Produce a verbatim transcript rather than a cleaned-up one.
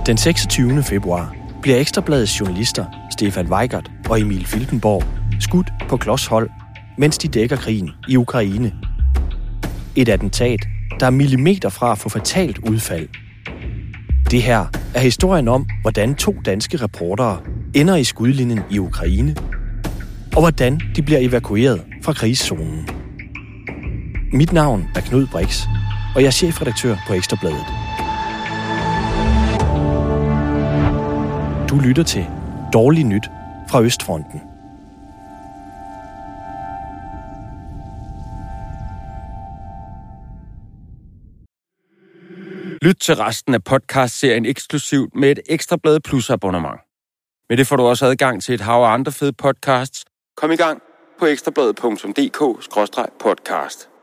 Den seksogtyvende februar bliver Ekstra Bladets journalister Stefan Weigert og Emil Filtenborg skudt på klods hold, mens de dækker krigen i Ukraine. Et attentat, der er millimeter fra at få fatalt udfald. Det her er historien om, hvordan to danske reportere ender i skudlinjen i Ukraine, og hvordan de bliver evakueret fra krigszonen. Mit navn er Knud Brix, og jeg er chefredaktør på Ekstra Bladet. Du lytter til Dårligt Nyt fra Østfronten. Lyt til resten af podcast-serien eksklusivt med et Ekstra Bladet Plus abonnement. Med det får du også adgang til et hav af andre fede podcasts. Kom i gang på ekstrabladet punktum d k skråstreg podcast.